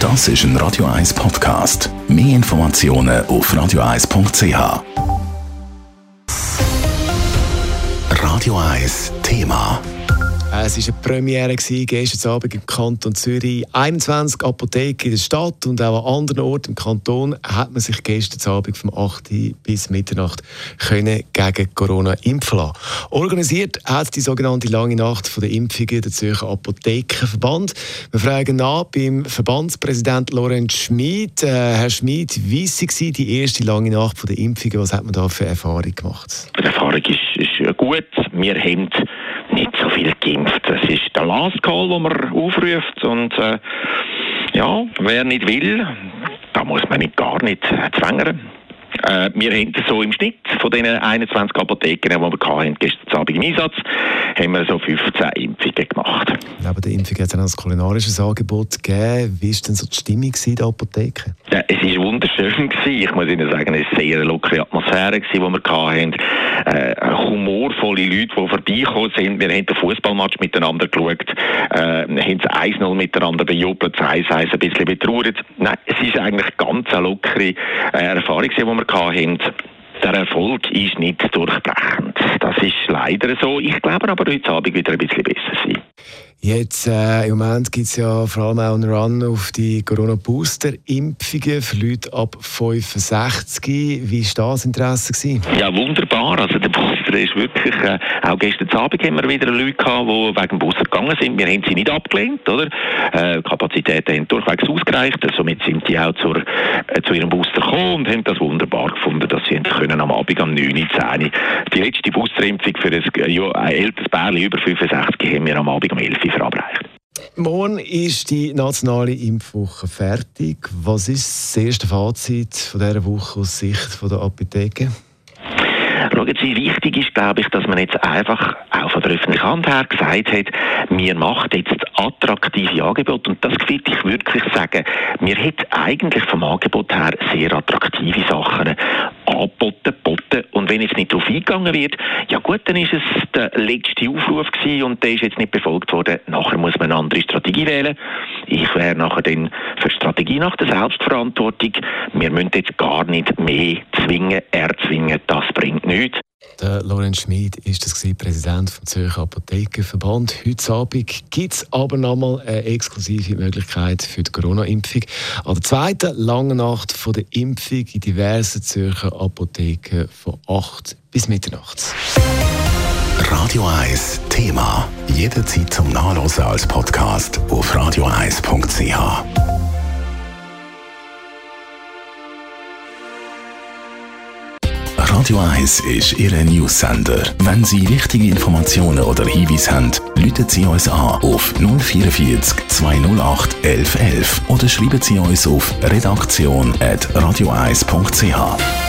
Das ist ein Radio 1 Podcast. Mehr Informationen auf radio1.ch. Radio 1 Thema. Es war eine Premiere gestern Abend im Kanton Zürich. 21 Apotheken in der Stadt und auch an anderen Orten im Kanton hat man sich gestern Abend vom 8 bis Mitternacht gegen Corona impfen lassen. Organisiert hat die sogenannte lange Nacht der Impfungen der Zürcher Apothekenverband. Wir fragen nach beim Verbandspräsident Lorenz Schmid. Herr Schmid, wie war die erste lange Nacht der Impfungen? Was hat man da für Erfahrung gemacht? Die Erfahrung ist gut. Wir haben nicht so viel geimpft. Das ist der Last Call, den man aufruft. Und wer nicht will, da muss man gar nicht zwängen. Wir haben so im Schnitt von den 21 Apotheken, die wir hatten, gestern Abend im Einsatz, haben wir so 15 Impfungen gemacht. Neben der Impfung hat es auch ein kulinarisches Angebot gegeben. Wie war denn so die Stimmung in der Apotheke? Ja, es war wunderschön. Ich muss Ihnen sagen, es war eine sehr lockere Atmosphäre, die wir hatten. Humorvolle Leute, die vorbeigekommen sind. Wir haben den Fußballmatch miteinander geschaut, haben es 1-0 miteinander bejubelt, 1-1 ein bisschen betrauert. Nein, es ist eigentlich ganz eine lockere Erfahrung, die wir hatten. Der Erfolg ist nicht durchbrechend. Das ist leider so. Ich glaube aber heute Abend wieder ein bisschen besser sein. Jetzt, im Moment gibt es ja vor allem auch einen Run auf die Corona-Booster-Impfungen für Leute ab 65. Wie war das Interesse gewesen? Ja, wunderbar. Also der Booster ist wirklich, auch gestern Abend haben wir wieder Leute gehabt, die wegen dem Booster gegangen sind. Wir haben sie nicht abgelehnt, oder? Kapazitäten haben durchwegs ausgereicht. Somit sind die auch zu ihrem Booster gekommen und haben das wunderbar gefunden, dass sie können am Abend am 9:10 die letzte Boosterimpfung für ein älteres Pärchen über 65 haben wir am Abend um 11 verabreicht. Morgen ist die nationale Impfwoche fertig. Was ist das erste Fazit von dieser Woche aus Sicht der Apotheken? Schauen Sie, wichtig ist, glaube ich, dass man jetzt einfach auch von der öffentlichen Hand her gesagt hat, wir machen jetzt attraktive Angebote. Und das will ich wirklich sagen. Wir hätten eigentlich vom Angebot her sehr attraktive Sachen angeboten. Und wenn jetzt nicht darauf eingegangen wird, ja gut, dann ist es der letzte Aufruf gewesen und der ist jetzt nicht befolgt worden. Nachher muss man eine andere Strategie wählen. Ich wäre nachher dann für die Strategie nach der Selbstverantwortung. Wir müssen jetzt gar nicht mehr erzwingen. Das bringt nichts. Der Lorenz Schmid ist das Präsident vom Zürcher Apothekenverband. Heute Abend gibt es aber nochmal eine exklusive Möglichkeit für die Corona-Impfung. An der zweiten langen Nacht von der Impfung in diversen Zürcher Apotheken von 8 bis Mitternacht. Radio 1 Thema. Jederzeit zum Nachlesen als Podcast auf radio1.ch. Radio 1 ist Ihr News-Sender. Wenn Sie wichtige Informationen oder Hinweise haben, rufen Sie uns an auf 044 208 1111 oder schreiben Sie uns auf redaktion@radio1.ch.